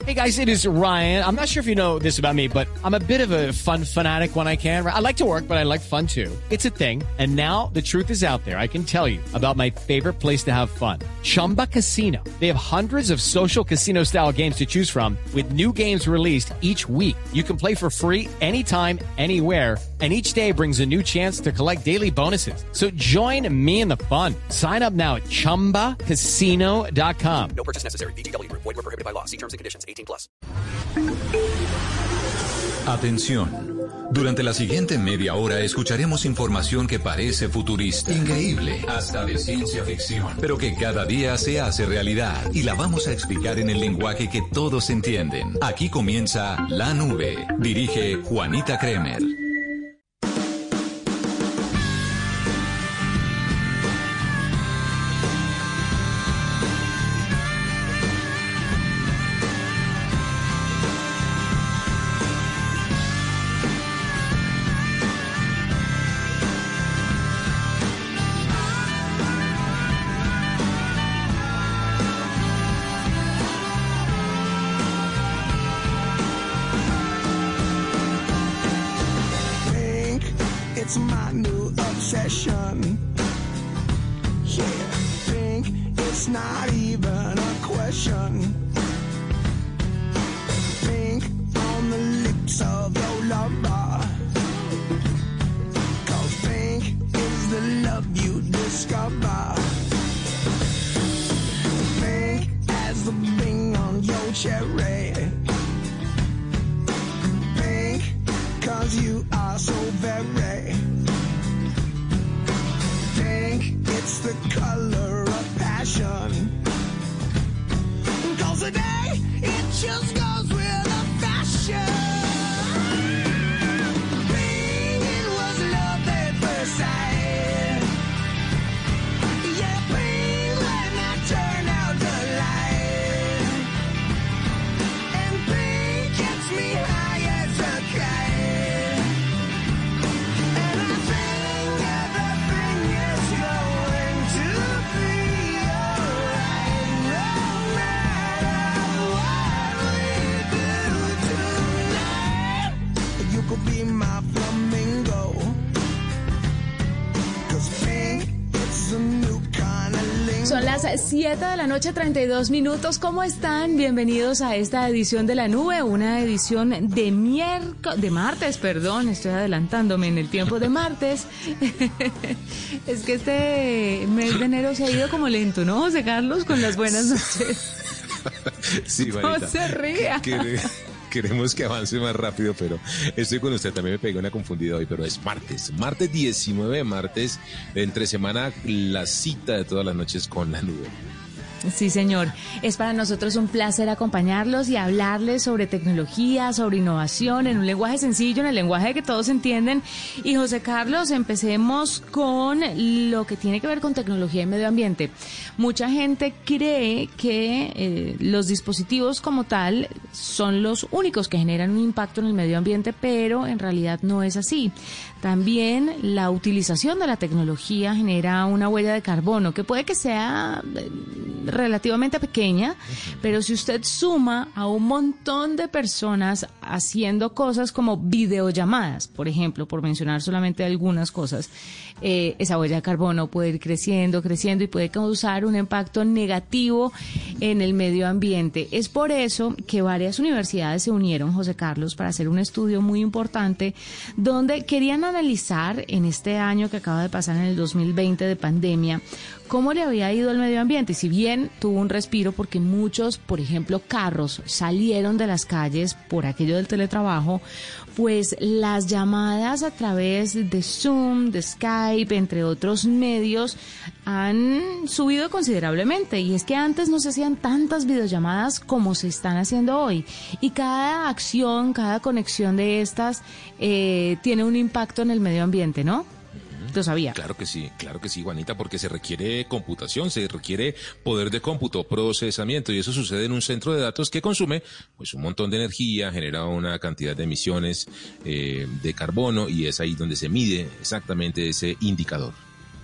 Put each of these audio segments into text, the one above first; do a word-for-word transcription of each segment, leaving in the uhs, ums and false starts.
Hey guys, it is Ryan. I'm not sure if you know this about me, but I'm a bit of a fun fanatic when I can. I like to work, but I like fun too. It's a thing. And now the truth is out there. I can tell you about my favorite place to have fun. Chumba Casino. They have hundreds of social casino style games to choose from with new games released each week. You can play for free anytime, anywhere. And each day brings a new chance to collect daily bonuses. So join me in the fun. Sign up now at chumba casino dot com. No purchase necessary. V G W. Void where prohibited by law. See terms and conditions. eighteen plus. Atención. Durante la siguiente media hora escucharemos información que parece futurista, increíble, hasta de ciencia ficción, pero que cada día se hace realidad y la vamos a explicar en el lenguaje que todos entienden. Aquí comienza La Nube. Dirige Juanita Kremer. It's my new obsession. Yeah, think it's not even a question. Think on the lips of your lover. Cause think is the love you discover. Think as the bing on your cherry. Think cause you are so very. Think it's the color of passion. Cause today it just goes with the fashion. Think it was love at first sight. Yeah, think when I turn out the light. And think gets me high as a kite. And I think everything is going to be alright. No matter what we do tonight, you could be my flamingo. Cause pink, it's a new kind of lingo. Son las siete de la noche, treinta y dos minutos. ¿Cómo están? Bienvenidos a esta edición de La Nube, una edición de miércoles, de martes, perdón, estoy adelantándome en el tiempo de martes. Es que este mes de enero se ha ido como lento, ¿no, José Carlos? Con las buenas noches. Sí, No Juanita. se ría. Quere- Queremos que avance más rápido, pero estoy con usted. También me pegué una confundida hoy, pero es martes. Martes diecinueve, martes de entre semana, la cita de todas las noches con La Nube. Sí, señor. Es para nosotros un placer acompañarlos y hablarles sobre tecnología, sobre innovación, en un lenguaje sencillo, en el lenguaje que todos entienden. Y José Carlos, empecemos con lo que tiene que ver con tecnología y medio ambiente. Mucha gente cree que eh, los dispositivos como tal son los únicos que generan un impacto en el medio ambiente, pero en realidad no es así. También la utilización de la tecnología genera una huella de carbono que puede que sea eh, relativamente pequeña, pero si usted suma a un montón de personas haciendo cosas como videollamadas, por ejemplo, por mencionar solamente algunas cosas, eh, esa huella de carbono puede ir creciendo, creciendo y puede causar un impacto negativo en el medio ambiente. Es por eso que varias universidades se unieron, José Carlos, para hacer un estudio muy importante donde querían analizar en este año que acaba de pasar, en el dos mil veinte de pandemia, cómo le había ido al medio ambiente. Y si bien tuvo un respiro porque muchos, por ejemplo, carros salieron de las calles por aquello del teletrabajo, pues las llamadas a través de Zoom, de Skype, entre otros medios, han subido considerablemente. Y es que antes no se hacían tantas videollamadas como se están haciendo hoy. Y cada acción, cada conexión de estas eh, tiene un impacto en el medio ambiente, ¿no? Lo sabía. Claro que sí, claro que sí, Juanita, porque se requiere computación, se requiere poder de cómputo, procesamiento, y eso sucede en un centro de datos que consume pues un montón de energía, genera una cantidad de emisiones eh, de carbono, y es ahí donde se mide exactamente ese indicador.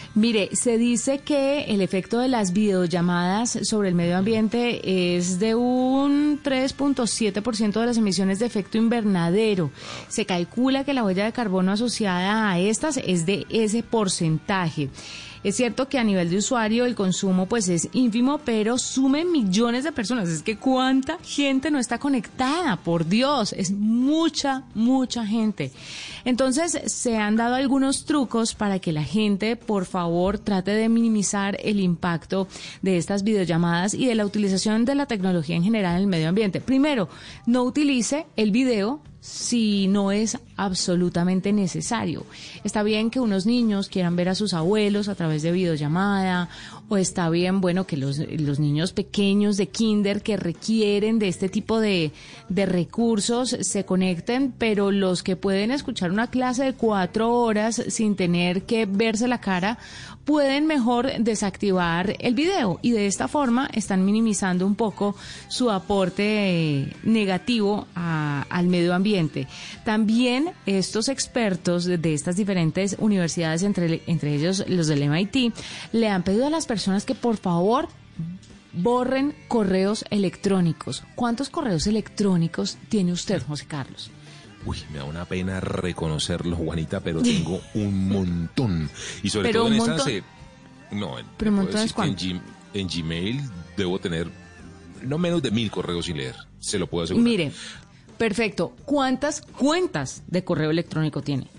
Mire, se dice que el efecto de las videollamadas sobre el medio ambiente es de un tres punto siete por ciento de las emisiones de efecto invernadero. Se calcula que la huella de carbono asociada a estas es de ese porcentaje. Es cierto que a nivel de usuario el consumo pues es ínfimo, pero sume millones de personas. Es que cuánta gente no está conectada, por Dios, es mucha, mucha gente. Entonces se han dado algunos trucos para que la gente, por favor, trate de minimizar el impacto de estas videollamadas y de la utilización de la tecnología en general en el medio ambiente. Primero, no utilice el video si no es absolutamente necesario. Está bien que unos niños quieran ver a sus abuelos a través de videollamada, o está bien, bueno, que los, los niños pequeños de kinder que requieren de este tipo de, de recursos se conecten, pero los que pueden escuchar una clase de cuatro horas sin tener que verse la cara, pueden mejor desactivar el video, y de esta forma están minimizando un poco su aporte negativo a, al medio ambiente. También estos expertos de, de estas diferentes universidades, entre, entre ellos los del M I T, le han pedido a las personas que por favor borren correos electrónicos. ¿Cuántos correos electrónicos tiene usted, José Carlos? Uy, me da una pena reconocerlo, Juanita, pero tengo un montón. Y sobre pero todo en montón, estas... Eh, no, pero un montón es en, G, en Gmail debo tener no menos de mil correos sin leer, se lo puedo asegurar. Mire, perfecto. ¿Cuántas cuentas de correo electrónico tiene?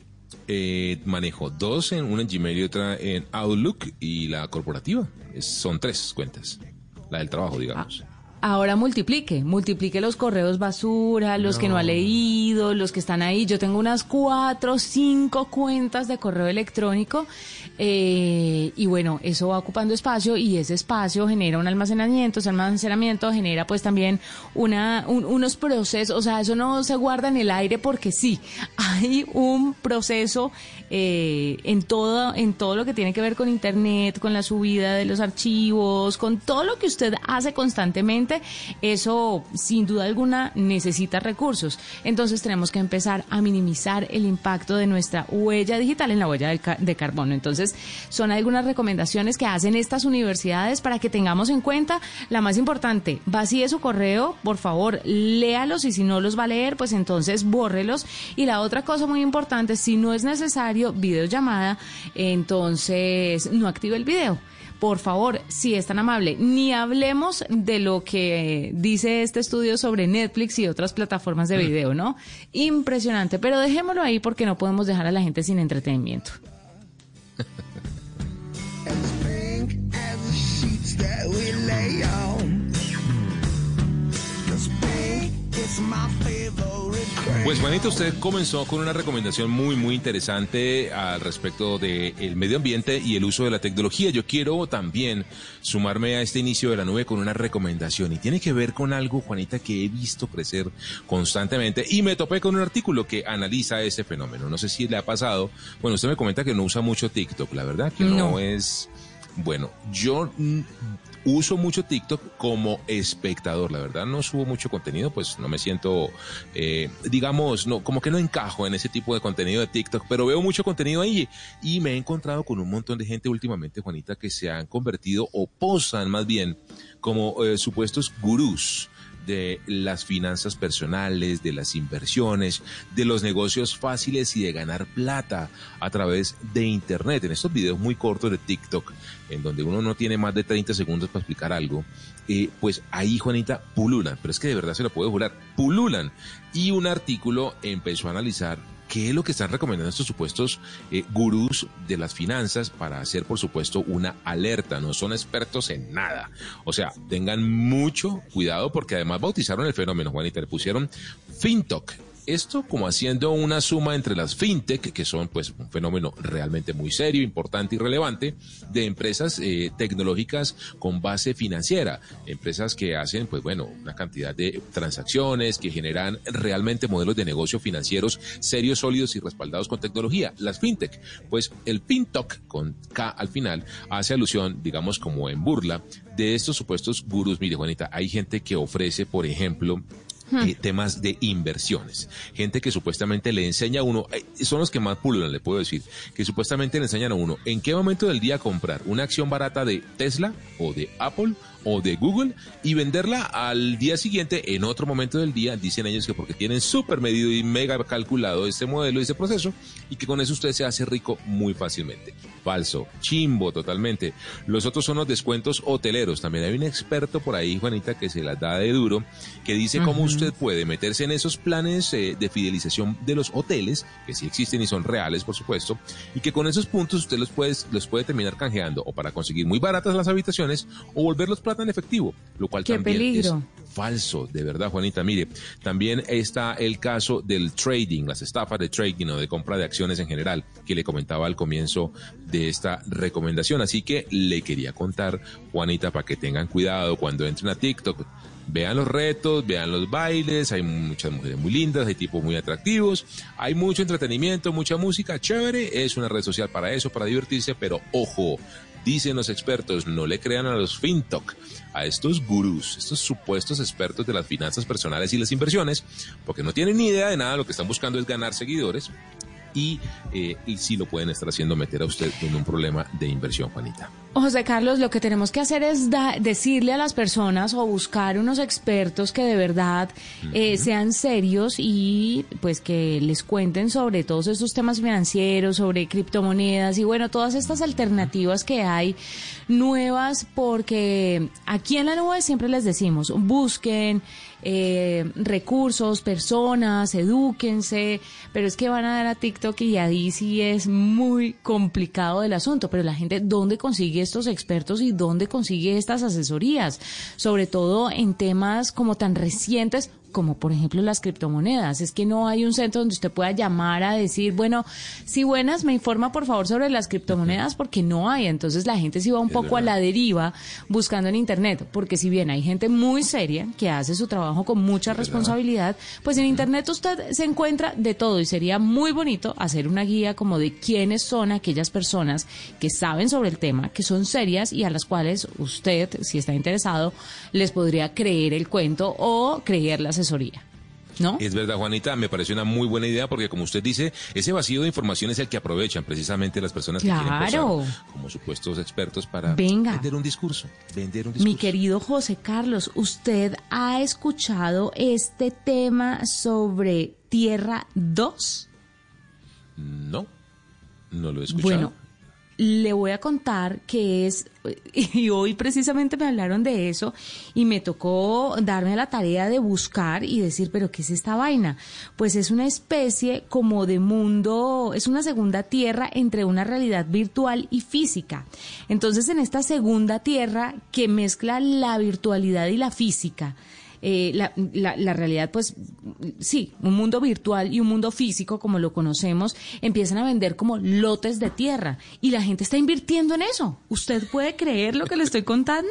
Eh, manejo dos, en una en Gmail y otra en Outlook, y la corporativa. Es, son tres cuentas. La del trabajo, digamos. Ah. Ahora multiplique, multiplique los correos basura, los no. que no ha leído, los que están ahí. Yo tengo unas cuatro, cinco cuentas de correo electrónico eh, y bueno, eso va ocupando espacio, y ese espacio genera un almacenamiento, ese almacenamiento genera pues también una un, unos procesos, o sea, eso no se guarda en el aire porque sí, hay un proceso eh, en todo en todo lo que tiene que ver con internet, con la subida de los archivos, con todo lo que usted hace constantemente. Eso sin duda alguna necesita recursos. Entonces tenemos que empezar a minimizar el impacto de nuestra huella digital en la huella de, ca- de carbono. Entonces son algunas recomendaciones que hacen estas universidades para que tengamos en cuenta. La más importante, vacíe su correo, por favor, léalos, y si no los va a leer, pues entonces bórrelos. Y la otra cosa muy importante, si no es necesario videollamada, entonces no active el video. Por favor, si es tan amable, ni hablemos de lo que dice este estudio sobre Netflix y otras plataformas de video, ¿no? Impresionante, pero dejémoslo ahí porque no podemos dejar a la gente sin entretenimiento. Pues Juanita, usted comenzó con una recomendación muy muy interesante al respecto del medio ambiente y el uso de la tecnología. Yo quiero también sumarme a este inicio de la nube con una recomendación, y tiene que ver con algo, Juanita, que he visto crecer constantemente, y me topé con un artículo que analiza ese fenómeno. No sé si le ha pasado. Bueno, usted me comenta que no usa mucho TikTok, la verdad que no, no es... Bueno, yo mm, uso mucho TikTok como espectador, la verdad no subo mucho contenido, pues no me siento, eh, digamos, no, como que no encajo en ese tipo de contenido de TikTok, pero veo mucho contenido ahí, y me he encontrado con un montón de gente últimamente, Juanita, que se han convertido, o posan más bien, como eh, supuestos gurús de las finanzas personales, de las inversiones, de los negocios fáciles y de ganar plata a través de internet. En estos videos muy cortos de TikTok, en donde uno no tiene más de treinta segundos para explicar algo, eh, pues ahí, Juanita, pululan, pero es que de verdad se lo puedo jurar, pululan. Y un artículo empezó a analizar qué es lo que están recomendando estos supuestos eh, gurús de las finanzas para hacer, por supuesto, una alerta. No son expertos en nada. O sea, tengan mucho cuidado, porque además bautizaron el fenómeno, Juanita, le pusieron FinTok. Esto como haciendo una suma entre las fintech, que son pues un fenómeno realmente muy serio, importante y relevante, de empresas eh, tecnológicas con base financiera, empresas que hacen pues bueno una cantidad de transacciones, que generan realmente modelos de negocio financieros serios, sólidos y respaldados con tecnología. Las fintech, pues el FinTok con K al final hace alusión, digamos como en burla, de estos supuestos gurús. Mire, Juanita, hay gente que ofrece, por ejemplo, Eh, temas de inversiones. Gente que supuestamente le enseña a uno, eh, son los que más pululan, le puedo decir, que supuestamente le enseñan a uno en qué momento del día comprar una acción barata de Tesla o de Apple o de Google y venderla al día siguiente en otro momento del día. Dicen ellos que porque tienen súper medido y mega calculado este modelo y este proceso y que con eso usted se hace rico muy fácilmente. Falso, chimbo totalmente. Los otros son los descuentos hoteleros. También hay un experto por ahí, Juanita, que se las da de duro, que dice uh-huh. cómo usted puede meterse en esos planes eh, de fidelización de los hoteles, que sí existen y son reales, por supuesto, y que con esos puntos usted los puede, los puede terminar canjeando o para conseguir muy baratas las habitaciones o volverlos plata en efectivo, lo cual ¡Qué también peligro! Es falso, de verdad, Juanita. Mire, también está el caso del trading, las estafas de trading o de compra de acciones en general, que le comentaba al comienzo de esta recomendación. Así que le quería contar, Juanita, para que tengan cuidado cuando entren a TikTok. Vean los retos, vean los bailes, hay muchas mujeres muy lindas, hay tipos muy atractivos, hay mucho entretenimiento, mucha música, chévere, es una red social para eso, para divertirse, pero ojo, dicen los expertos, no le crean a los FinTok, a estos gurús, estos supuestos expertos de las finanzas personales y las inversiones, porque no tienen ni idea de nada, lo que están buscando es ganar seguidores. Y, eh, y sí lo pueden estar haciendo meter a usted en un problema de inversión, Juanita. José Carlos, lo que tenemos que hacer es da- decirle a las personas o buscar unos expertos que de verdad eh, uh-huh. sean serios y pues que les cuenten sobre todos estos temas financieros, sobre criptomonedas y bueno, todas estas alternativas que hay nuevas, porque aquí en la nube siempre les decimos, busquen eh, recursos, personas, edúquense, pero es que van a dar a TikTok y ahí sí es muy complicado el asunto, pero la gente, ¿dónde consigue estos expertos y dónde consigue estas asesorías? Sobre todo en temas como tan recientes como por ejemplo las criptomonedas. Es que no hay un centro donde usted pueda llamar a decir, bueno, si buenas, me informa por favor sobre las criptomonedas, porque no hay. Entonces la gente sí va un es poco verdad. a la deriva buscando en internet, porque si bien hay gente muy seria que hace su trabajo con mucha es responsabilidad, verdad. pues en internet usted se encuentra de todo y sería muy bonito hacer una guía como de quiénes son aquellas personas que saben sobre el tema, que son serias y a las cuales usted, si está interesado, les podría creer el cuento o creer las asesoría, ¿no? Es verdad, Juanita, me parece una muy buena idea porque, como usted dice, ese vacío de información es el que aprovechan precisamente las personas claro. que quieren posar como supuestos expertos para Venga. vender un discurso, vender un discurso. Mi querido José Carlos, ¿usted ha escuchado este tema sobre Tierra dos? No, no lo he escuchado. Bueno, le voy a contar que es, y hoy precisamente me hablaron de eso y me tocó darme la tarea de buscar y decir, pero ¿qué es esta vaina? Pues es una especie como de mundo, es una segunda tierra entre una realidad virtual y física. Entonces, en esta segunda tierra que mezcla la virtualidad y la física, Eh, la, la, la realidad, pues sí, un mundo virtual y un mundo físico como lo conocemos, empiezan a vender como lotes de tierra y la gente está invirtiendo en eso. ¿Usted puede creer lo que le estoy contando?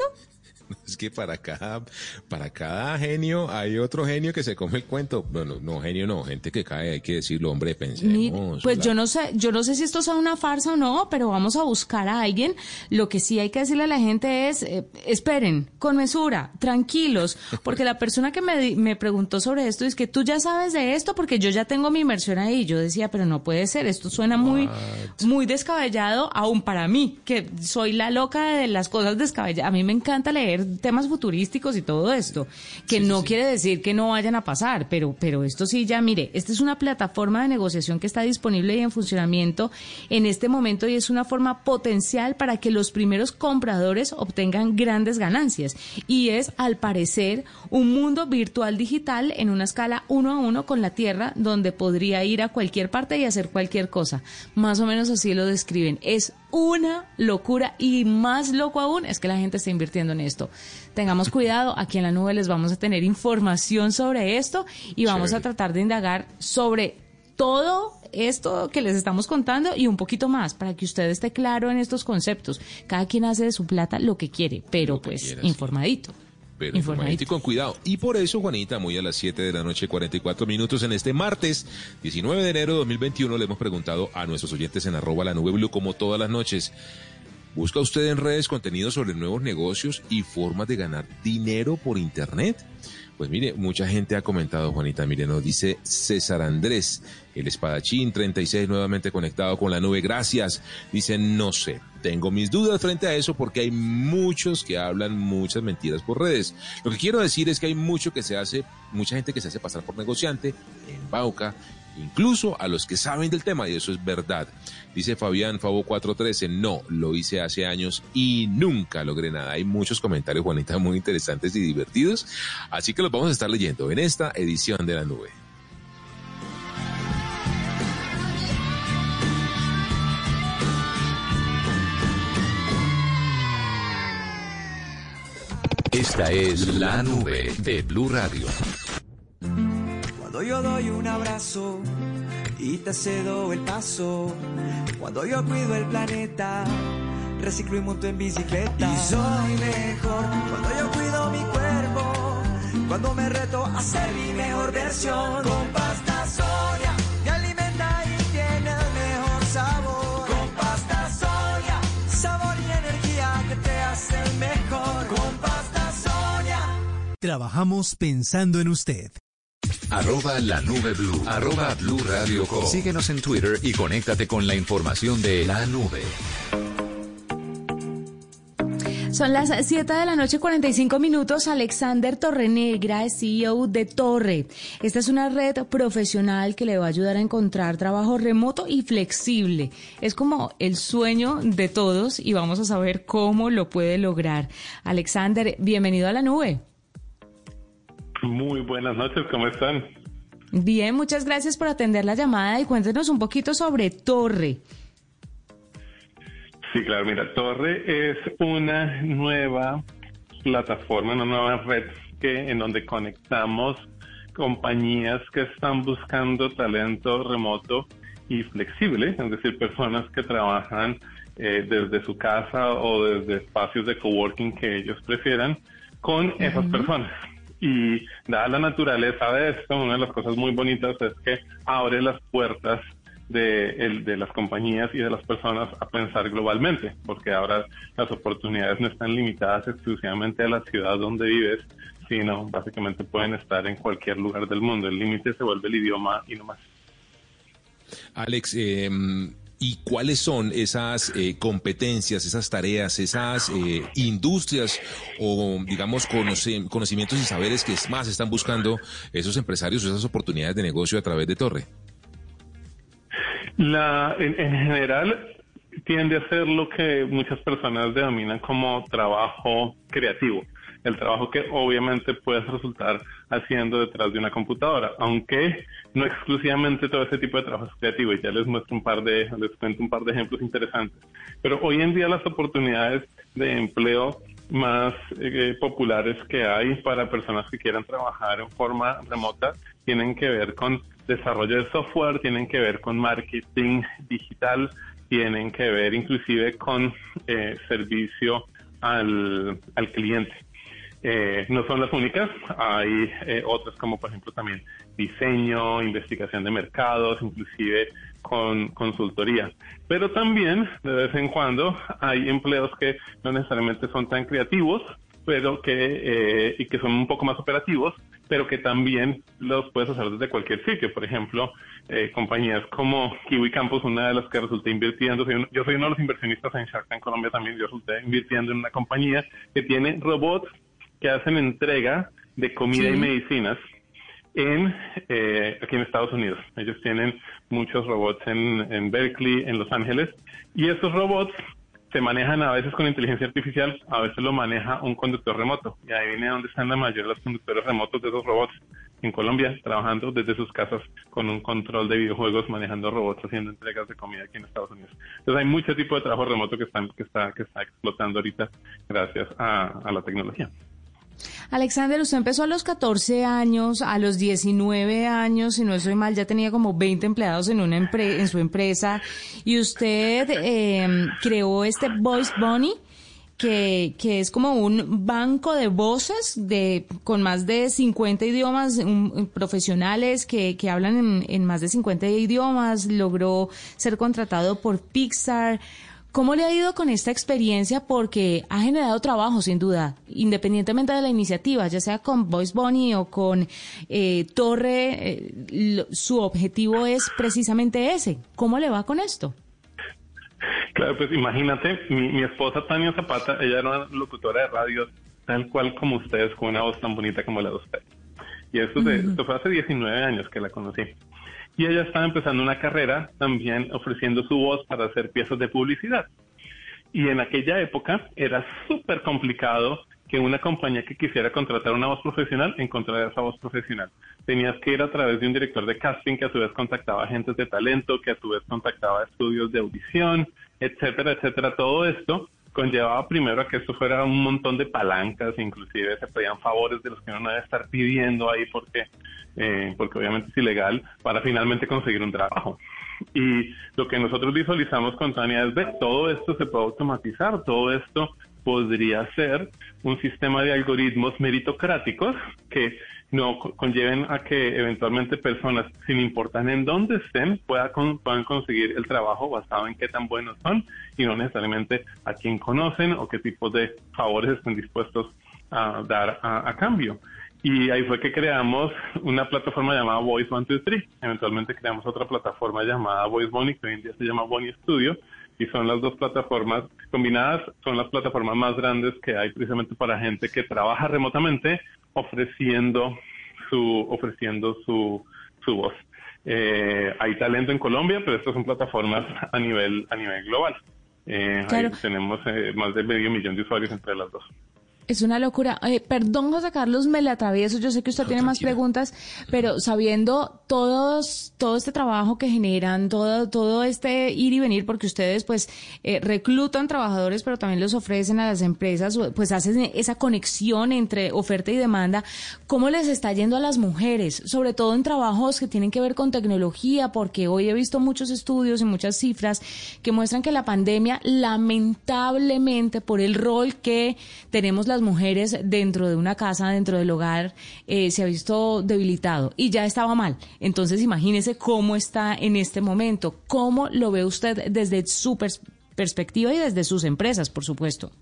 Es que para cada, para cada genio hay otro genio que se come el cuento. Bueno, no genio, no, gente que cae, hay que decirlo, hombre, pensemos. Mire, pues la... yo no sé, yo no sé si esto sea una farsa o no, pero vamos a buscar a alguien. Lo que sí hay que decirle a la gente es, eh, esperen, con mesura, tranquilos, porque la persona que me, me preguntó sobre esto es que tú ya sabes de esto porque yo ya tengo mi inversión ahí. Yo decía, pero no puede ser, esto suena muy, What? muy descabellado, aún para mí, que soy la loca de las cosas descabelladas. A mí me encanta leer temas futurísticos y todo esto, que sí, no sí, quiere sí. decir que no vayan a pasar, pero, pero esto sí ya, mire, esta es una plataforma de negociación que está disponible y en funcionamiento en este momento y es una forma potencial para que los primeros compradores obtengan grandes ganancias y es, al parecer, un mundo virtual digital en una escala uno a uno con la Tierra, donde podría ir a cualquier parte y hacer cualquier cosa. Más o menos así lo describen. Es una locura y más loco aún es que la gente está invirtiendo en esto. Tengamos cuidado, aquí en la nube les vamos a tener información sobre esto y vamos Chévere. a tratar de indagar sobre todo esto que les estamos contando y un poquito más para que usted esté claro en estos conceptos. Cada quien hace de su plata lo que quiere, pero que pues quiera, informadito. Sí. Pero informadito y con cuidado. Y por eso, Juanita, muy a las siete de la noche, cuarenta y cuatro minutos, en este martes diecinueve de enero de dos mil veintiuno, le hemos preguntado a nuestros oyentes en arroba la nube blue, como todas las noches, ¿Busca usted en redes contenidos sobre nuevos negocios y formas de ganar dinero por Internet? Pues mire, mucha gente ha comentado, Juanita, mire, nos dice César Andrés, el espadachín treinta y seis, nuevamente conectado con la nube, gracias. Dice, no sé, tengo mis dudas frente a eso porque hay muchos que hablan muchas mentiras por redes. Lo que quiero decir es que hay mucho que se hace, mucha gente que se hace pasar por negociante, embauca, incluso a los que saben del tema, y eso es verdad. Dice Fabián Favo cuatrocientos trece, no, lo hice hace años y nunca logré nada. Hay muchos comentarios, Juanita, muy interesantes y divertidos, así que los vamos a estar leyendo en esta edición de La Nube. Esta es La Nube de Blue Radio. Cuando yo doy un abrazo y te cedo el paso, cuando yo cuido el planeta, reciclo y monto en bicicleta. Y soy mejor cuando yo cuido mi cuerpo, cuando me reto a ser mi mejor versión. Con pasta Sonia me alimenta y tiene el mejor sabor. Con pasta Sonia, sabor y energía que te hacen mejor. Con pasta Sonia. Trabajamos pensando en usted. Arroba la nube blue. Arroba Blue Radio Co. Síguenos en Twitter y conéctate con la información de La Nube. Son las siete de la noche, cuarenta y cinco minutos. Alexander Torrenegra es C E O de Torre. Esta es una red profesional que le va a ayudar a encontrar trabajo remoto y flexible. Es como el sueño de todos y vamos a saber cómo lo puede lograr. Alexander, bienvenido a La Nube. Muy buenas noches, ¿cómo están? Bien, muchas gracias por atender la llamada y cuéntenos un poquito sobre Torre. Sí, claro, mira, Torre es una nueva plataforma, una nueva red que en donde conectamos compañías que están buscando talento remoto y flexible, es decir, personas que trabajan eh, desde su casa o desde espacios de coworking que ellos prefieran con uh-huh. esas personas. Y dada la naturaleza de esto, una de las cosas muy bonitas es que abre las puertas de, el, de las compañías y de las personas a pensar globalmente, porque ahora las oportunidades no están limitadas exclusivamente a la ciudad donde vives, sino básicamente pueden estar en cualquier lugar del mundo. El límite se vuelve el idioma y no más. Alex, eh... ¿y cuáles son esas eh, competencias, esas tareas, esas eh, industrias o, digamos, conoce, conocimientos y saberes que más están buscando esos empresarios, esas oportunidades de negocio a través de Torre? La, en, en general, tiende a ser lo que muchas personas denominan como trabajo creativo. El trabajo que obviamente puedes resultar haciendo detrás de una computadora, aunque no exclusivamente todo ese tipo de trabajo es creativo, y ya les muestro un par de, les cuento un par de ejemplos interesantes. Pero hoy en día las oportunidades de empleo más eh, populares que hay para personas que quieran trabajar en forma remota tienen que ver con desarrollo de software, tienen que ver con marketing digital, tienen que ver inclusive con eh, servicio al, al cliente. Eh, no son las únicas, hay eh, otras como por ejemplo también diseño, investigación de mercados, inclusive con consultoría. Pero también de vez en cuando hay empleos que no necesariamente son tan creativos, pero que eh, y que son un poco más operativos, pero que también los puedes hacer desde cualquier sitio. Por ejemplo, eh, compañías como Kiwi Campus, una de las que resulté invirtiendo, soy un, yo soy uno de los inversionistas en Shark Tank Colombia también, yo resulté invirtiendo en una compañía que tiene robots que hacen entrega de comida sí. y medicinas en eh, aquí en Estados Unidos. Ellos tienen muchos robots en, en Berkeley, en Los Ángeles, y estos robots se manejan a veces con inteligencia artificial, a veces lo maneja un conductor remoto. Y ahí viene donde están la mayoría de los conductores remotos de esos robots en Colombia, trabajando desde sus casas con un control de videojuegos, manejando robots, haciendo entregas de comida aquí en Estados Unidos. Entonces hay mucho tipo de trabajo remoto que, están, que, está, que está explotando ahorita gracias a, a la tecnología. Alexander, usted empezó a los catorce años, a los diecinueve años, si no estoy mal, ya tenía como veinte empleados en una empre- en su empresa, y usted eh, creó este Voice Bunny, que, que es como un banco de voces de con más de cincuenta idiomas, un, profesionales que, que hablan en, en más de cincuenta idiomas. Logró ser contratado por Pixar. ¿Cómo le ha ido con esta experiencia? Porque ha generado trabajo, sin duda, independientemente de la iniciativa, ya sea con Voice Bunny o con eh, Torre, eh, lo, su objetivo es precisamente ese. ¿Cómo le va con esto? Claro, pues imagínate, mi, mi esposa Tania Zapata, ella era una locutora de radio tal cual como ustedes, con una voz tan bonita como la de ustedes. Y esto, de, esto fue hace diecinueve años que la conocí. Y ella estaba empezando una carrera también ofreciendo su voz para hacer piezas de publicidad. Y en aquella época era súper complicado que una compañía que quisiera contratar una voz profesional encontrara esa voz profesional. Tenías que ir a través de un director de casting que a su vez contactaba agentes de talento, que a su vez contactaba estudios de audición, etcétera, etcétera. Todo esto conllevaba primero a que esto fuera un montón de palancas, inclusive se pedían favores de los que uno no debe estar pidiendo ahí porque, eh, porque obviamente es ilegal, para finalmente conseguir un trabajo. Y lo que nosotros visualizamos con Tania es, ve, todo esto se puede automatizar, todo esto podría ser un sistema de algoritmos meritocráticos que no conlleven a que eventualmente personas, sin importar en dónde estén, pueda con, puedan conseguir el trabajo basado en qué tan buenos son y no necesariamente a quién conocen o qué tipos de favores estén dispuestos a dar a, a cambio. Y ahí fue que creamos una plataforma llamada Voice one two three. Eventualmente creamos otra plataforma llamada Voice Bunny, que hoy en día se llama Bunny Studio. Y son las dos plataformas combinadas, son las plataformas más grandes que hay precisamente para gente que trabaja remotamente ofreciendo su ofreciendo su, su voz. Eh, hay talento en Colombia, pero estas son plataformas a nivel a nivel global. Eh, claro. Ahí tenemos eh, más de medio millón de usuarios entre las dos. Es una locura. Eh, perdón, José Carlos, me le atravieso. Yo sé que usted no, tiene tranquila. Más preguntas, pero sabiendo todos, todo este trabajo que generan, todo, todo este ir y venir, porque ustedes pues eh, reclutan trabajadores, pero también los ofrecen a las empresas, pues hacen esa conexión entre oferta y demanda. ¿Cómo les está yendo a las mujeres? Sobre todo en trabajos que tienen que ver con tecnología, porque hoy he visto muchos estudios y muchas cifras que muestran que la pandemia, lamentablemente, por el rol que tenemos las mujeres dentro de una casa, dentro del hogar, eh, se ha visto debilitado y ya estaba mal. Entonces, imagínese cómo está en este momento. ¿Cómo lo ve usted desde su pers- perspectiva y desde sus empresas, por supuesto?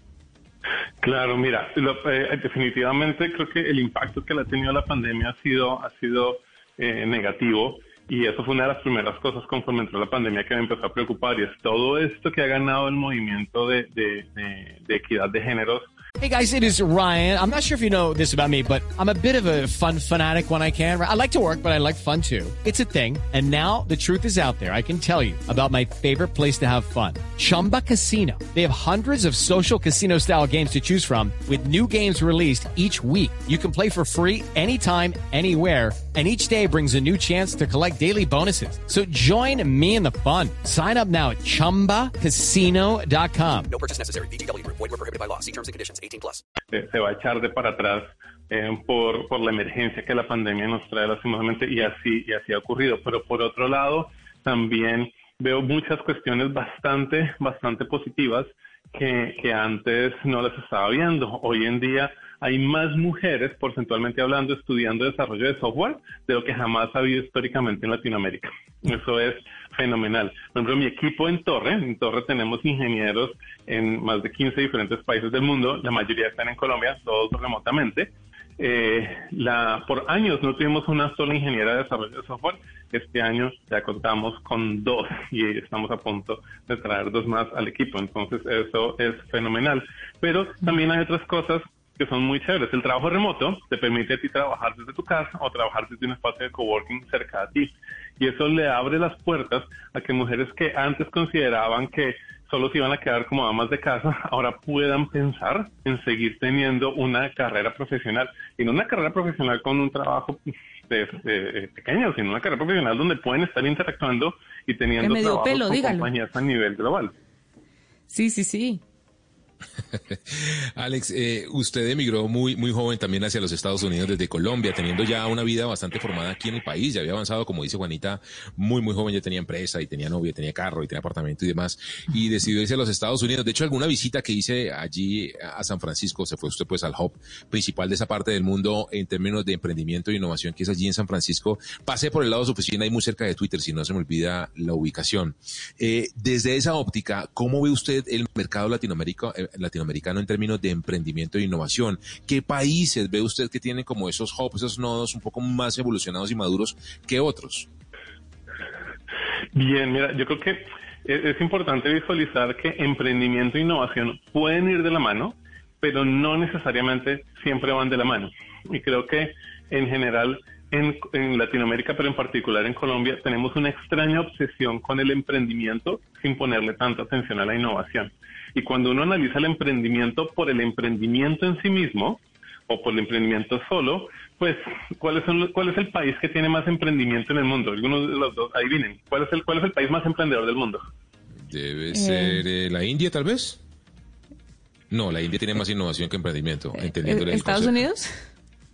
Claro, mira, lo, eh, definitivamente creo que el impacto que le ha tenido la pandemia ha sido, ha sido eh, negativo. Y eso fue una de las primeras cosas conforme entró la pandemia que me empezó a preocupar, y es todo esto que ha ganado el movimiento de, de, de, de equidad de géneros. Hey guys, it is Ryan. I'm not sure if you know this about me, but I'm a bit of a fun fanatic when I can. I like to work, but I like fun too. It's a thing. And now the truth is out there. I can tell you about my favorite place to have fun. Chumba Casino. They have hundreds of social casino style games to choose from with new games released each week. You can play for free anytime, anywhere. And each day brings a new chance to collect daily bonuses. So join me in the fun. Sign up now at chumba casino dot com. No purchase necessary. V G W Group. Void where prohibited by law. See terms and conditions. eighteen plus. Se, se va a echar de para atrás eh, por, por la emergencia que la pandemia nos trae lastimosamente, y así, y así ha ocurrido. Pero por otro lado, también veo muchas cuestiones bastante, bastante positivas que, que antes no las estaba viendo. Hoy en día hay más mujeres, porcentualmente hablando, estudiando desarrollo de software de lo que jamás ha habido históricamente en Latinoamérica. Eso es fenomenal. Por ejemplo, mi equipo en Torre, en Torre tenemos ingenieros en más de quince diferentes países del mundo, la mayoría están en Colombia, todos remotamente. Eh, la, por años no tuvimos una sola ingeniera de desarrollo de software. Este año ya contamos con dos y estamos a punto de traer dos más al equipo. Entonces eso es fenomenal. Pero también hay otras cosas que son muy chéveres. El trabajo remoto te permite a ti trabajar desde tu casa o trabajar desde un espacio de coworking cerca de ti. Y eso le abre las puertas a que mujeres que antes consideraban que solo se iban a quedar como amas de casa, ahora puedan pensar en seguir teniendo una carrera profesional. Y no una carrera profesional con un trabajo de, de, de pequeño, sino una carrera profesional donde pueden estar interactuando y teniendo trabajos con compañías a nivel global. Sí, sí, sí. Alex, eh, usted emigró muy muy joven también hacia los Estados Unidos desde Colombia, teniendo ya una vida bastante formada aquí en el país. Ya había avanzado, como dice Juanita, muy muy joven, ya tenía empresa y tenía novia, tenía carro y tenía apartamento y demás, y decidió irse a los Estados Unidos. De hecho, alguna visita que hice allí a San Francisco, se fue usted pues al hub principal de esa parte del mundo en términos de emprendimiento e innovación, que es allí en San Francisco. Pasé por el lado de su oficina y muy cerca de Twitter, si no se me olvida la ubicación. Eh, desde esa óptica, ¿cómo ve usted el mercado latinoamérica, eh, latinoamericano en términos de emprendimiento e innovación? ¿Qué países ve usted que tienen como esos hubs, esos nodos un poco más evolucionados y maduros que otros? Bien, mira, yo creo que es, es importante visualizar que emprendimiento e innovación pueden ir de la mano, pero no necesariamente siempre van de la mano. Y creo que en general en, en Latinoamérica, pero en particular en Colombia, tenemos una extraña obsesión con el emprendimiento sin ponerle tanta atención a la innovación. Y cuando uno analiza el emprendimiento por el emprendimiento en sí mismo, o por el emprendimiento solo, pues, ¿cuáles son, ¿cuál es el país que tiene más emprendimiento en el mundo? Algunos de los dos, adivinen, ¿cuál es el, cuál es el país más emprendedor del mundo? Debe ser eh, la India, tal vez. No, la India tiene más innovación que emprendimiento, entendiendo el ¿Estados concepto. Unidos?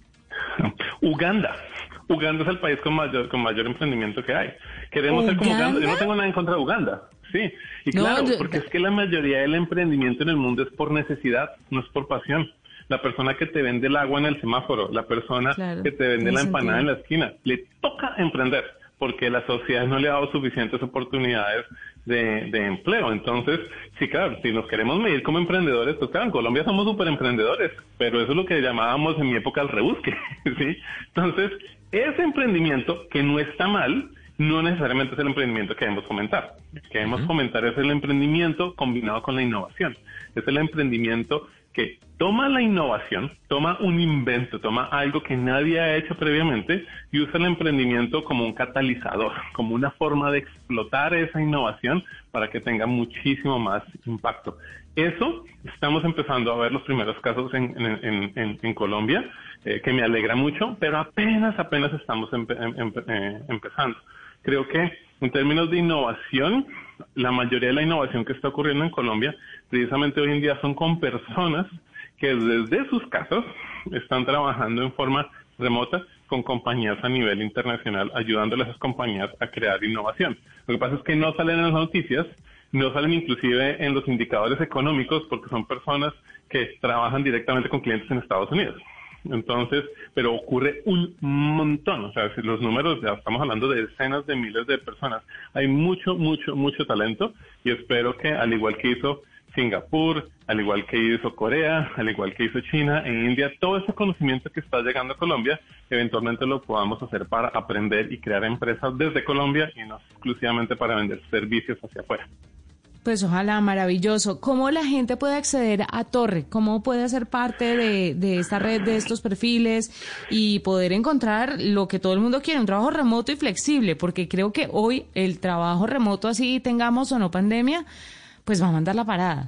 Uganda. Uganda es el país con mayor, con mayor emprendimiento que hay. Queremos ser como Uganda. Yo no tengo nada en contra de Uganda. Sí, y No, claro, yo- porque es que la mayoría del emprendimiento en el mundo es por necesidad, no es por pasión. La persona que te vende el agua en el semáforo, la persona Claro, que te vende tiene la empanada sentido. en la esquina, le toca emprender porque la sociedad no le ha dado suficientes oportunidades de, de empleo. Entonces, sí, claro, si nos queremos medir como emprendedores, pues claro, en Colombia somos súper emprendedores, pero eso es lo que llamábamos en mi época el rebusque, ¿sí? Entonces, ese emprendimiento, que no está mal, no necesariamente es el emprendimiento que debemos fomentar. Lo que debemos fomentar es el emprendimiento combinado con la innovación. Es el emprendimiento que toma la innovación, toma un invento, toma algo que nadie ha hecho previamente y usa el emprendimiento como un catalizador, como una forma de explotar esa innovación para que tenga muchísimo más impacto. Eso estamos empezando a ver los primeros casos en, en, en, en Colombia, eh, que me alegra mucho, pero apenas, apenas estamos empe em, em, eh, empezando. Creo que en términos de innovación, la mayoría de la innovación que está ocurriendo en Colombia, precisamente hoy en día son con personas que desde sus casas están trabajando en forma remota con compañías a nivel internacional, ayudándole a esas compañías a crear innovación. Lo que pasa es que no salen en las noticias, no salen inclusive en los indicadores económicos porque son personas que trabajan directamente con clientes en Estados Unidos. Entonces, pero ocurre un montón, o sea, si los números, ya estamos hablando de decenas de miles de personas. Hay mucho, mucho, mucho talento y espero que, al igual que hizo Singapur, al igual que hizo Corea, al igual que hizo China e India, todo ese conocimiento que está llegando a Colombia, eventualmente lo podamos hacer para aprender y crear empresas desde Colombia y no exclusivamente para vender servicios hacia afuera. Pues ojalá, maravilloso. ¿Cómo la gente puede acceder a Torre? ¿Cómo puede ser parte de, de esta red, de estos perfiles y poder encontrar lo que todo el mundo quiere, un trabajo remoto y flexible? Porque creo que hoy el trabajo remoto, así tengamos o no pandemia, pues va a mandar la parada.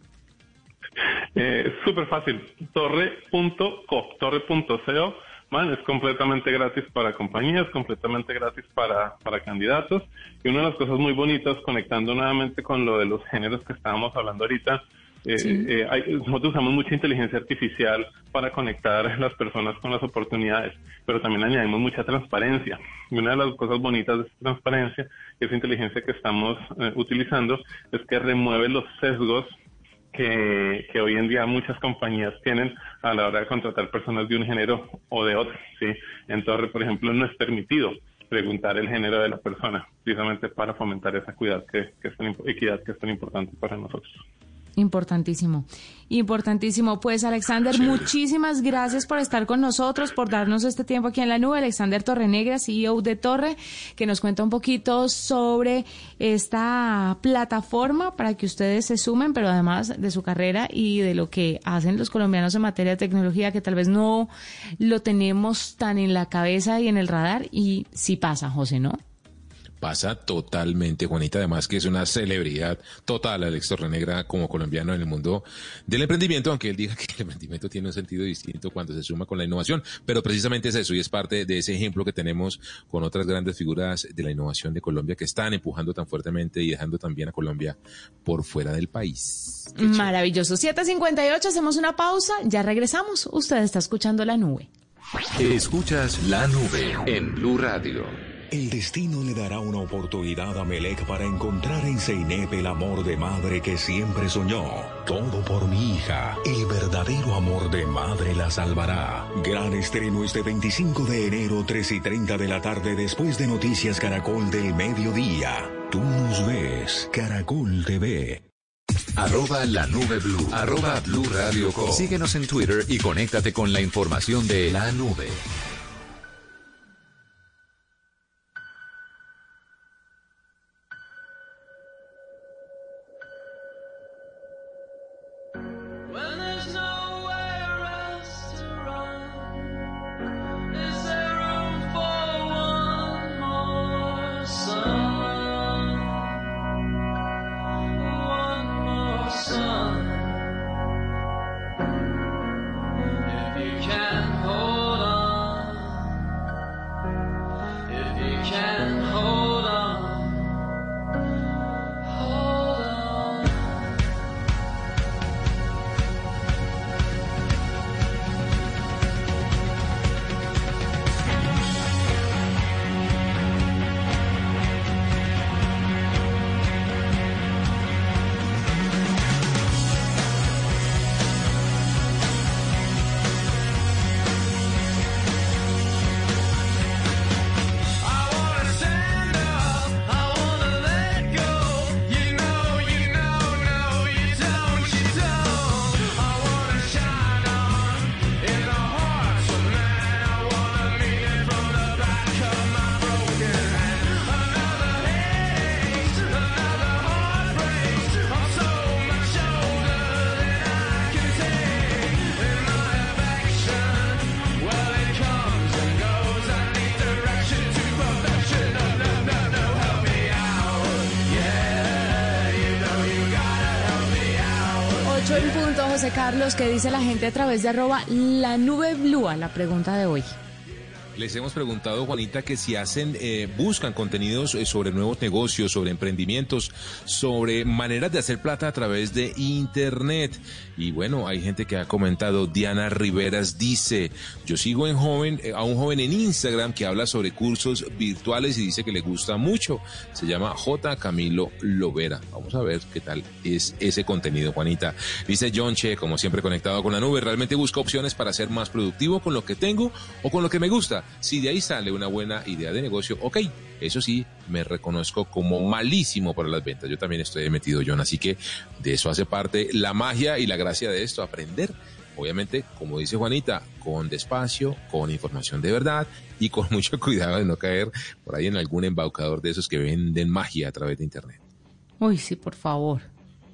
Eh, súper fácil, torre punto co, torre punto co. Man, es completamente gratis para compañías, completamente gratis para, para candidatos. Y una de las cosas muy bonitas, conectando nuevamente con lo de los géneros que estábamos hablando ahorita, eh, Sí. eh, hay, nosotros usamos mucha inteligencia artificial para conectar las personas con las oportunidades, pero también añadimos mucha transparencia. Y una de las cosas bonitas de esta transparencia, esa inteligencia que estamos eh, utilizando, es que remueve los sesgos que, que hoy en día muchas compañías tienen a la hora de contratar personas de un género o de otro, ¿sí? En Torre, por ejemplo, no es permitido preguntar el género de la persona, precisamente para fomentar esa equidad que, que es tan, equidad que es tan importante para nosotros. Importantísimo, importantísimo. Pues Alexander, Chévere. muchísimas gracias por estar con nosotros, por darnos este tiempo aquí en la nube. Alexander Torrenegra, C E O de Torre, que nos cuenta un poquito sobre esta plataforma para que ustedes se sumen, pero además de su carrera y de lo que hacen los colombianos en materia de tecnología, que tal vez no lo tenemos tan en la cabeza y en el radar, y sí pasa, José, ¿no? pasa totalmente, Juanita, además que es una celebridad total, Alex Torrenegra, como colombiano en el mundo del emprendimiento, aunque él diga que el emprendimiento tiene un sentido distinto cuando se suma con la innovación, pero precisamente es eso, y es parte de ese ejemplo que tenemos con otras grandes figuras de la innovación de Colombia que están empujando tan fuertemente y dejando también a Colombia por fuera del país. Maravilloso. siete cincuenta y ocho, hacemos una pausa, ya regresamos. Usted está escuchando La Nube. Escuchas La Nube en Blue Radio. El destino le dará una oportunidad a Melec para encontrar en Zeynep el amor de madre que siempre soñó. Todo por mi hija. El verdadero amor de madre la salvará. Gran estreno este veinticinco de enero, tres y treinta de la tarde, después de Noticias Caracol del mediodía. Tú nos ves. Caracol T V. Arroba La Nube Blue. Arroba Blue Radio Co. Síguenos en Twitter y conéctate con la información de La Nube. ocho en punto, José Carlos, ¿qué dice la gente a través de arroba La Nube Blue a la pregunta de hoy? Les hemos preguntado, Juanita, que si hacen, eh, buscan contenidos sobre nuevos negocios, sobre emprendimientos, sobre maneras de hacer plata a través de Internet. Y bueno, hay gente que ha comentado. Diana Riveras dice, yo sigo en joven, eh, a un joven en Instagram que habla sobre cursos virtuales y dice que le gusta mucho. Se llama J. Camilo Lovera. Vamos a ver qué tal es ese contenido, Juanita. Dice John Che, como siempre conectado con La Nube, realmente busco opciones para ser más productivo con lo que tengo o con lo que me gusta. Si de ahí sale una buena idea de negocio, ok, eso sí, me reconozco como malísimo para las ventas. Yo también estoy metido, John, así que de eso hace parte la magia y la gracia de esto, aprender. Obviamente, como dice Juanita, con despacio, con información de verdad y con mucho cuidado de no caer por ahí en algún embaucador de esos que venden magia a través de Internet. Uy, sí, por favor.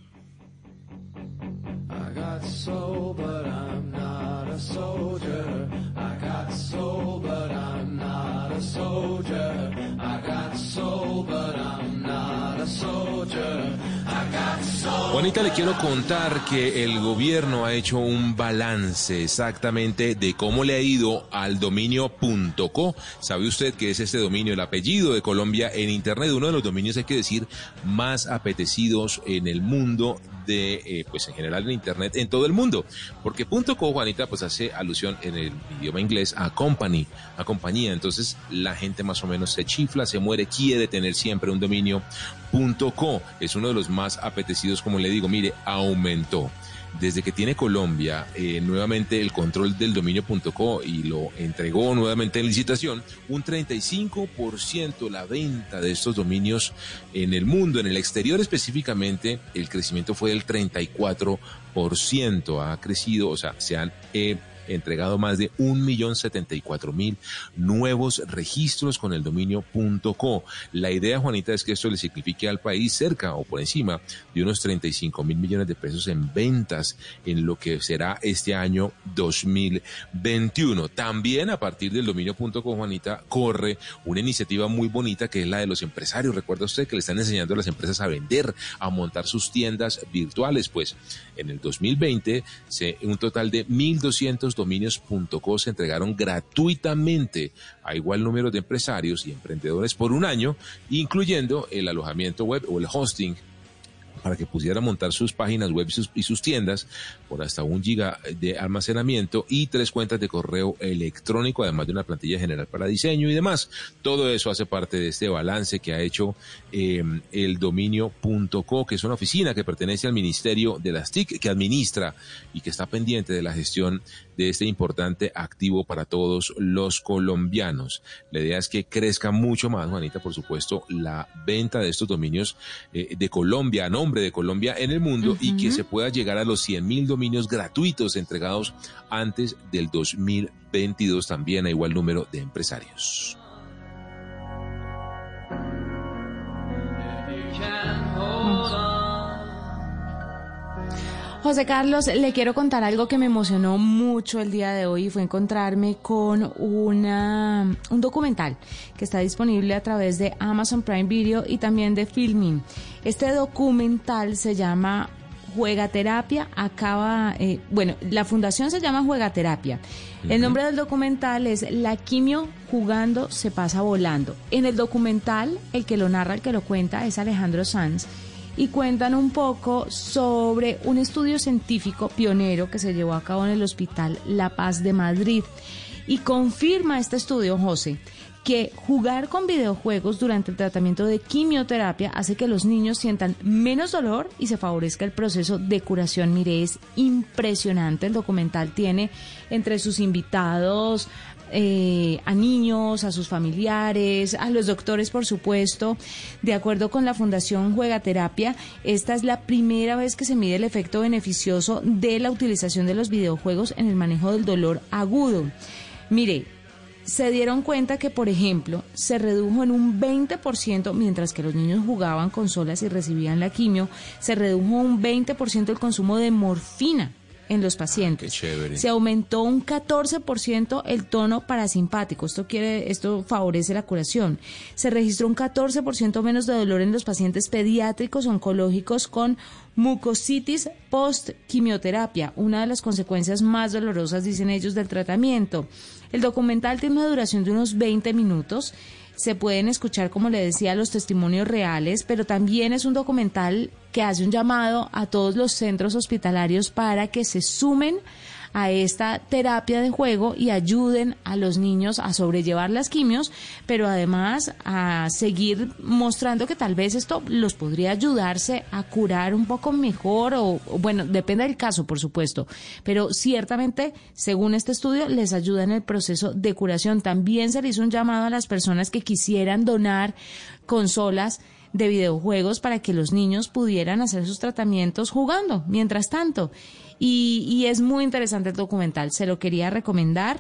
I got soul, but I'm not a soldier. I got soul, but I'm not a soldier. I got soul, but I'm not a soldier. I got soul. Juanita, le quiero contar que el gobierno ha hecho un balance exactamente de cómo le ha ido al dominio punto co. ¿Sabe usted que es este dominio, el apellido de Colombia en Internet? Uno de los dominios, hay que decir, más apetecidos en el mundo de, eh, pues en general en Internet, en todo el mundo. Porque .co, Juanita, pues hace alusión en el idioma inglés a company, a compañía. Entonces la gente más o menos se chifla, se muere, quiere tener siempre un dominio .co. Es uno de los más apetecidos, como le digo, mire, aumentó. Desde que tiene Colombia eh, nuevamente el control del dominio punto co y lo entregó nuevamente en licitación, un treinta y cinco por ciento la venta de estos dominios en el mundo. En el exterior específicamente, el crecimiento fue del treinta y cuatro por ciento. Ha crecido, o sea, se han eh, entregado más de un millón setenta y cuatro mil nuevos registros con el dominio punto co. La idea, Juanita, es que esto le signifique al país cerca o por encima de unos treinta y cinco mil millones de pesos en ventas en lo que será este año dos mil veintiuno. También a partir del dominio punto co, Juanita, corre una iniciativa muy bonita que es la de los empresarios. Recuerda usted que le están enseñando a las empresas a vender, a montar sus tiendas virtuales. Pues en el dos mil veinte se, un total de mil doscientos dominios punto co se entregaron gratuitamente a igual número de empresarios y emprendedores por un año, incluyendo el alojamiento web o el hosting, para que pudiera montar sus páginas web y sus, y sus tiendas por hasta un giga de almacenamiento y tres cuentas de correo electrónico, además de una plantilla general para diseño y demás. Todo eso hace parte de este balance que ha hecho eh, el dominio punto co, que es una oficina que pertenece al Ministerio de las T I C, que administra y que está pendiente de la gestión de este importante activo para todos los colombianos. La idea es que crezca mucho más, Juanita, por supuesto, la venta de estos dominios eh, de Colombia, a nombre de Colombia en el mundo, uh-huh. y que se pueda llegar a los cien mil dominios gratuitos entregados antes del dos mil veintidós, también a igual número de empresarios. José Carlos, le quiero contar algo que me emocionó mucho el día de hoy, fue encontrarme con una, un documental que está disponible a través de Amazon Prime Video y también de Filmin. Este documental se llama Juegaterapia, acaba, eh, bueno, la fundación se llama Juegaterapia. El nombre del documental es La quimio jugando se pasa volando. En el documental, el que lo narra, el que lo cuenta es Alejandro Sanz, y cuentan un poco sobre un estudio científico pionero que se llevó a cabo en el Hospital La Paz de Madrid. Y confirma este estudio, José, que jugar con videojuegos durante el tratamiento de quimioterapia hace que los niños sientan menos dolor y se favorezca el proceso de curación. Mire, es impresionante. El documental tiene entre sus invitados Eh, a niños, a sus familiares, a los doctores, por supuesto. De acuerdo con la Fundación Juegaterapia, esta es la primera vez que se mide el efecto beneficioso de la utilización de los videojuegos en el manejo del dolor agudo. Mire, se dieron cuenta que, por ejemplo, se redujo en un veinte por ciento, mientras que los niños jugaban consolas y recibían la quimio, se redujo un veinte por ciento el consumo de morfina en los pacientes. Qué chévere. Se aumentó un catorce por ciento el tono parasimpático. Esto quiere, esto favorece la curación. Se registró un catorce por ciento menos de dolor en los pacientes pediátricos oncológicos con mucositis post-quimioterapia, una de las consecuencias más dolorosas, dicen ellos, del tratamiento. El documental tiene una duración de unos veinte minutos. Se pueden escuchar, como le decía, los testimonios reales, pero también es un documental que hace un llamado a todos los centros hospitalarios para que se sumen a esta terapia de juego y ayuden a los niños a sobrellevar las quimios, pero además a seguir mostrando que tal vez esto los podría ayudarse a curar un poco mejor, o, o bueno, depende del caso, por supuesto, pero ciertamente, según este estudio, les ayuda en el proceso de curación. También se le hizo un llamado a las personas que quisieran donar consolas de videojuegos para que los niños pudieran hacer sus tratamientos jugando mientras tanto. Y, y es muy interesante el documental, se lo quería recomendar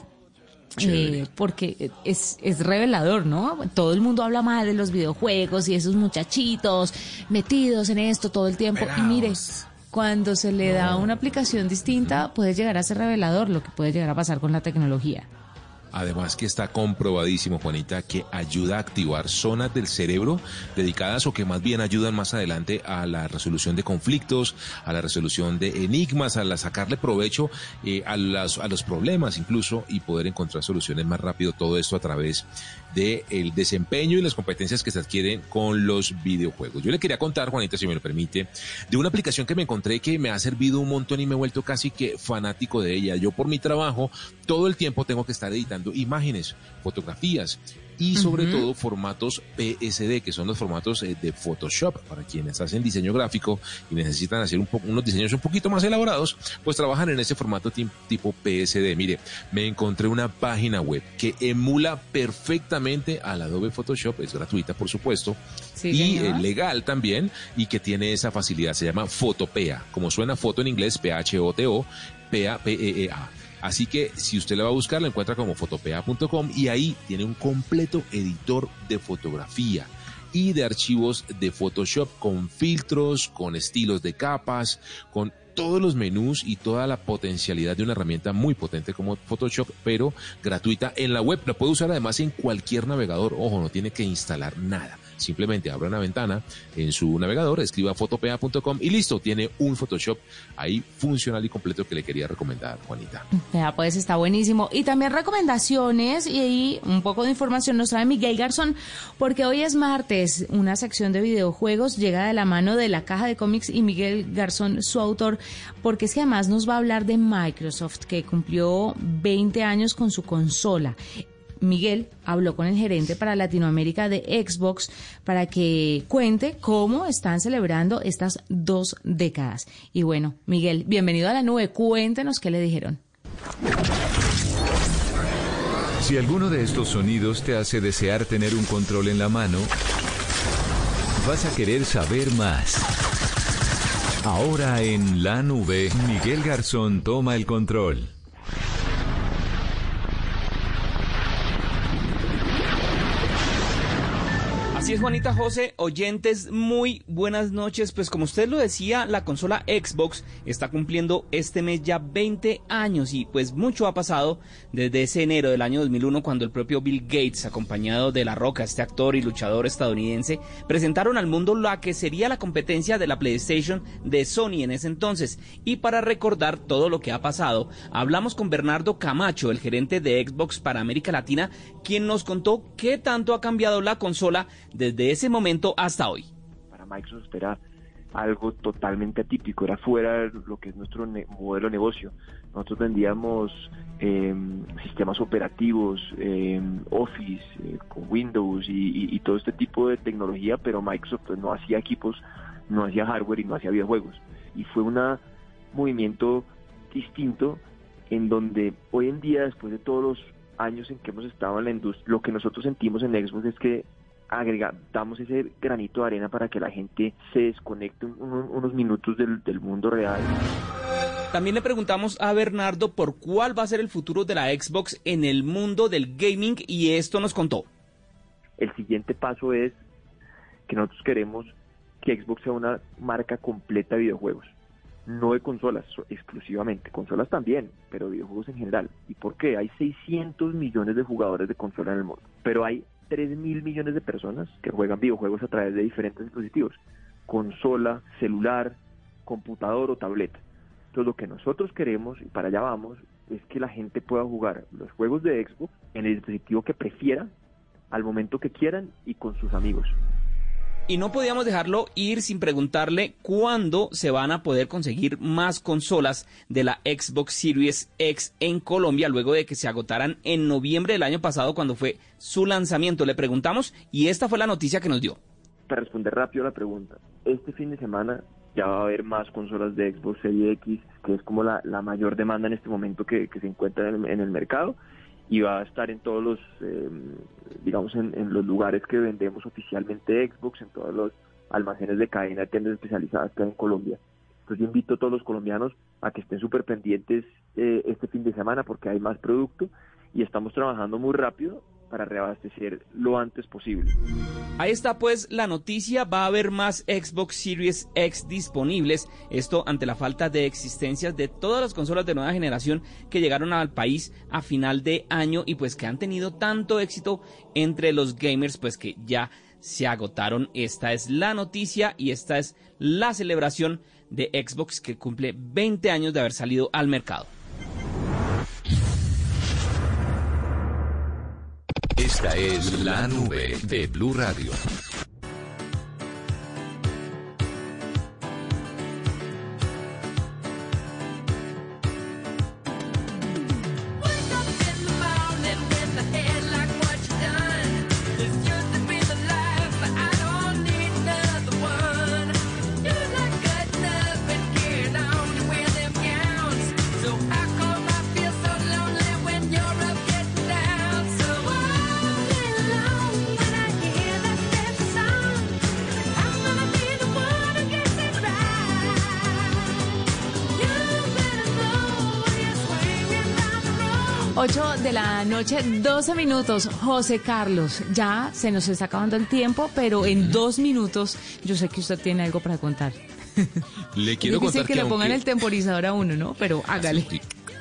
eh, porque es, es revelador, ¿no? Todo el mundo habla mal de los videojuegos y esos muchachitos metidos en esto todo el tiempo. Pegados. Y mire, cuando se le da una aplicación distinta, puede llegar a ser revelador lo que puede llegar a pasar con la tecnología. Además que está comprobadísimo, Juanita, que ayuda a activar zonas del cerebro dedicadas o que más bien ayudan más adelante a la resolución de conflictos, a la resolución de enigmas, a la sacarle provecho eh, a, las, a los problemas incluso, y poder encontrar soluciones más rápido. Todo esto a través del desempeño y las competencias que se adquieren con los videojuegos. Yo le quería contar, Juanita, si me lo permite, de una aplicación que me encontré que me ha servido un montón y me he vuelto casi que fanático de ella. Yo por mi trabajo todo el tiempo tengo que estar editando imágenes, fotografías y sobre uh-huh. todo formatos P S D, que son los formatos eh, de Photoshop. Para quienes hacen diseño gráfico y necesitan hacer un po- unos diseños un poquito más elaborados, pues trabajan en ese formato t- tipo P S D. Mire, me encontré una página web que emula perfectamente al Adobe Photoshop, es gratuita por supuesto, sí, y eh, legal también, y que tiene esa facilidad. Se llama Photopea, como suena foto en inglés, P H O T O, P A P E E A. Así que si usted la va a buscar, la encuentra como fotopea punto com y ahí tiene un completo editor de fotografía y de archivos de Photoshop con filtros, con estilos de capas, con todos los menús y toda la potencialidad de una herramienta muy potente como Photoshop, pero gratuita en la web. La puede usar además en cualquier navegador. Ojo, no tiene que instalar nada. Simplemente abra una ventana en su navegador, escriba fotopea punto com y listo, tiene un Photoshop ahí funcional y completo que le quería recomendar, Juanita. Ya, pues está buenísimo. Y también recomendaciones y ahí un poco de información nos trae Miguel Garzón, porque hoy es martes, una sección de videojuegos llega de la mano de la Caja de Cómics y Miguel Garzón, su autor, porque es que además nos va a hablar de Microsoft, que cumplió veinte años con su consola. Miguel habló con el gerente para Latinoamérica de Xbox para que cuente cómo están celebrando estas dos décadas. Y bueno, Miguel, bienvenido a la nube. Cuéntenos qué le dijeron. Si alguno de estos sonidos te hace desear tener un control en la mano, vas a querer saber más. Ahora en la nube, Miguel Garzón toma el control. Así es, Juanita, José, oyentes, muy buenas noches. Pues como usted lo decía, la consola Xbox está cumpliendo este mes ya veinte años y pues mucho ha pasado desde ese enero del año dos mil uno, cuando el propio Bill Gates, acompañado de La Roca, este actor y luchador estadounidense, presentaron al mundo la que sería la competencia de la PlayStation de Sony en ese entonces. Y para recordar todo lo que ha pasado, hablamos con Bernardo Camacho, el gerente de Xbox para América Latina, quien nos contó qué tanto ha cambiado la consola desde ese momento hasta hoy. Para Microsoft era algo totalmente atípico, era fuera de lo que es nuestro ne- modelo de negocio. Nosotros vendíamos eh, sistemas operativos, eh, Office, eh, con Windows y, y, y todo este tipo de tecnología, pero Microsoft pues, no hacía equipos, no hacía hardware y no hacía videojuegos. Y fue un movimiento distinto en donde hoy en día, después de todos los años en que hemos estado en la industria, lo que nosotros sentimos en Xbox es que agrega, damos ese granito de arena para que la gente se desconecte un, un, unos minutos del, del mundo real. También le preguntamos a Bernardo por cuál va a ser el futuro de la Xbox en el mundo del gaming y esto nos contó. El siguiente paso es que nosotros queremos que Xbox sea una marca completa de videojuegos, no de consolas exclusivamente, consolas también, pero videojuegos en general. ¿Y por qué? Hay seiscientos millones de jugadores de consola en el mundo, pero hay tres mil millones de personas que juegan videojuegos a través de diferentes dispositivos, consola, celular, computador o tableta. Entonces lo que nosotros queremos, y para allá vamos, es que la gente pueda jugar los juegos de Xbox en el dispositivo que prefiera, al momento que quieran y con sus amigos. Y no podíamos dejarlo ir sin preguntarle cuándo se van a poder conseguir más consolas de la Xbox Series X en Colombia, luego de que se agotaran en noviembre del año pasado cuando fue su lanzamiento. Le preguntamos y esta fue la noticia que nos dio. Para responder rápido a la pregunta, este fin de semana ya va a haber más consolas de Xbox Series X, que es como la, la mayor demanda en este momento que, que se encuentra en el, en el mercado, y va a estar en todos los, eh, digamos, en, en los lugares que vendemos oficialmente Xbox, en todos los almacenes de cadena de tiendas especializadas que hay en Colombia. Entonces yo invito a todos los colombianos a que estén súper pendientes eh, este fin de semana porque hay más producto y estamos trabajando muy rápido para reabastecer lo antes posible. Ahí está pues la noticia, va a haber más Xbox Series X disponibles, esto ante la falta de existencias de todas las consolas de nueva generación que llegaron al país a final de año y pues que han tenido tanto éxito entre los gamers pues que ya se agotaron. Esta es la noticia y esta es la celebración de Xbox que cumple veinte años de haber salido al mercado. Esta es la nube de Blue Radio. ocho de la noche, doce minutos. José Carlos, ya se nos está acabando el tiempo, pero en dos minutos yo sé que usted tiene algo para contar. Le quiero es difícil contar que, que le pongan aunque... el temporizador a uno, ¿no? Pero hágale. Sí.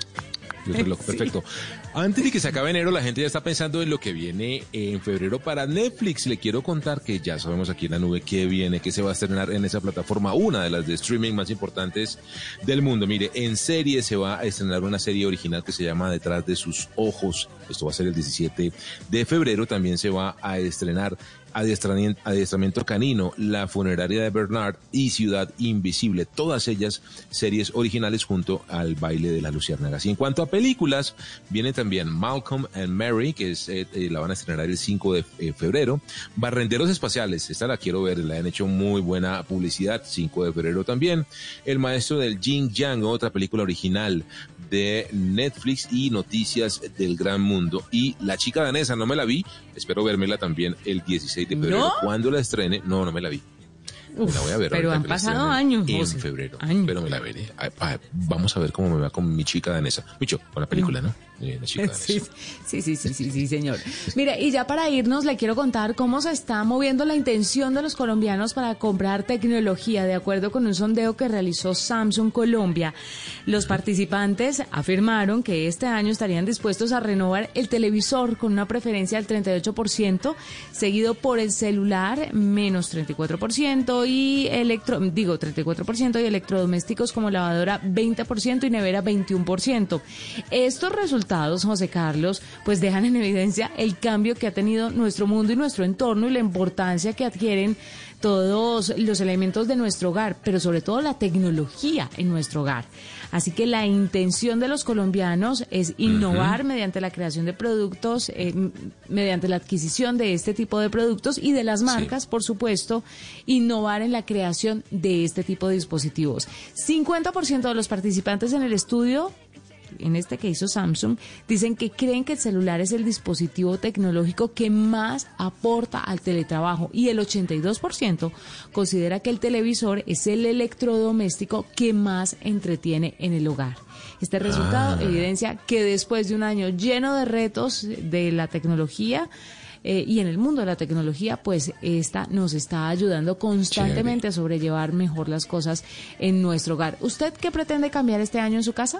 El reloj, Sí. perfecto. Antes de que se acabe enero, la gente ya está pensando en lo que viene en febrero para Netflix. Le quiero contar que ya sabemos aquí en la nube qué viene, qué se va a estrenar en esa plataforma, una de las de streaming más importantes del mundo. Mire, en serie se va a estrenar una serie original que se llama Detrás de sus ojos. Esto va a ser el diecisiete de febrero. También se va a estrenar Adiestramiento, Adiestramiento Canino, La Funeraria de Bernard y Ciudad Invisible. Todas ellas series originales junto al Baile de las Luciérnagas. Y en cuanto a películas, viene también Malcolm and Mary, que es, eh, eh, la van a estrenar el cinco de febrero. Barrenderos Espaciales, esta la quiero ver, le han hecho muy buena publicidad, cinco de febrero también. El Maestro del Yin Yang, otra película original de Netflix, y Noticias del Gran Mundo. Y La Chica Danesa, no me la vi, espero vérmela también el dieciséis de febrero. ¿No? Cuando la estrene, no, no me la vi. Uf, la voy a ver. pero han que la pasado estrenen años, en José. febrero, Años. pero me la veré. Ay, ay, vamos a ver cómo me va con Mi Chica Danesa. Mucho, con la película, ¿no? Eh, La Chica Danesa. Sí, sí, sí, sí, sí, sí, señor. Mire, y ya para irnos le quiero contar cómo se está moviendo la intención de los colombianos para comprar tecnología. De acuerdo con un sondeo que realizó Samsung Colombia, los participantes afirmaron que este año estarían dispuestos a renovar el televisor con una preferencia del treinta y ocho por ciento, seguido por el celular, menos treinta y cuatro por ciento, y electro, digo treinta y cuatro por ciento, y electrodomésticos como lavadora veinte por ciento y nevera veintiuno por ciento. Estos resultados, José Carlos, pues dejan en evidencia el cambio que ha tenido nuestro mundo y nuestro entorno y la importancia que adquieren todos los elementos de nuestro hogar, pero sobre todo la tecnología en nuestro hogar. Así que la intención de los colombianos es innovar uh-huh. mediante la creación de productos, eh, mediante la adquisición de este tipo de productos, y de las marcas, sí. por supuesto, innovar en la creación de este tipo de dispositivos. cincuenta por ciento de los participantes en el estudio, en este que hizo Samsung, dicen que creen que el celular es el dispositivo tecnológico que más aporta al teletrabajo, y el ochenta y dos por ciento considera que el televisor es el electrodoméstico que más entretiene en el hogar. Este resultado ah. evidencia que después de un año lleno de retos de la tecnología, Eh, y en el mundo de la tecnología, pues esta nos está ayudando constantemente Chévere. a sobrellevar mejor las cosas en nuestro hogar. ¿Usted qué pretende cambiar este año en su casa?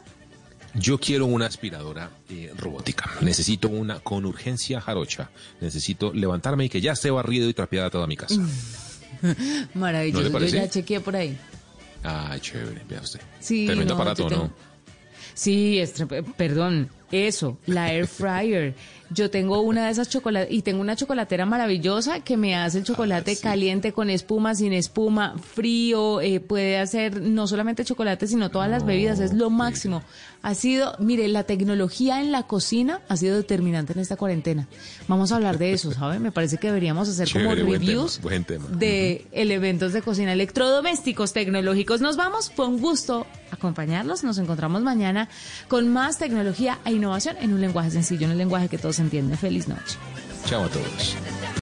Yo quiero una aspiradora eh, robótica. Necesito una con urgencia jarocha. Necesito levantarme y que ya esté barrido y trapeada toda mi casa. Maravilloso. ¿No le parece? Yo ya chequeé por ahí. Ah, chévere, vea usted. Sí, Tremendo no, aparato, tengo... ¿no? Sí, es tre... perdón, eso, la air fryer. Yo tengo una de esas chocolates, y tengo una chocolatera maravillosa que me hace el chocolate ah, sí. caliente, con espuma, sin espuma, frío, eh, puede hacer no solamente chocolate, sino todas las bebidas, es lo máximo. Ha sido, mire, la tecnología en la cocina ha sido determinante en esta cuarentena. Vamos a hablar de eso, ¿sabe? Me parece que deberíamos hacer Chévere, como buen reviews tema, buen tema. de uh-huh. elementos de cocina, electrodomésticos tecnológicos. Nos vamos, fue un gusto acompañarlos, nos encontramos mañana con más tecnología e innovación en un lenguaje sencillo, en un lenguaje que todos entienden. Feliz noche. Chao a todos.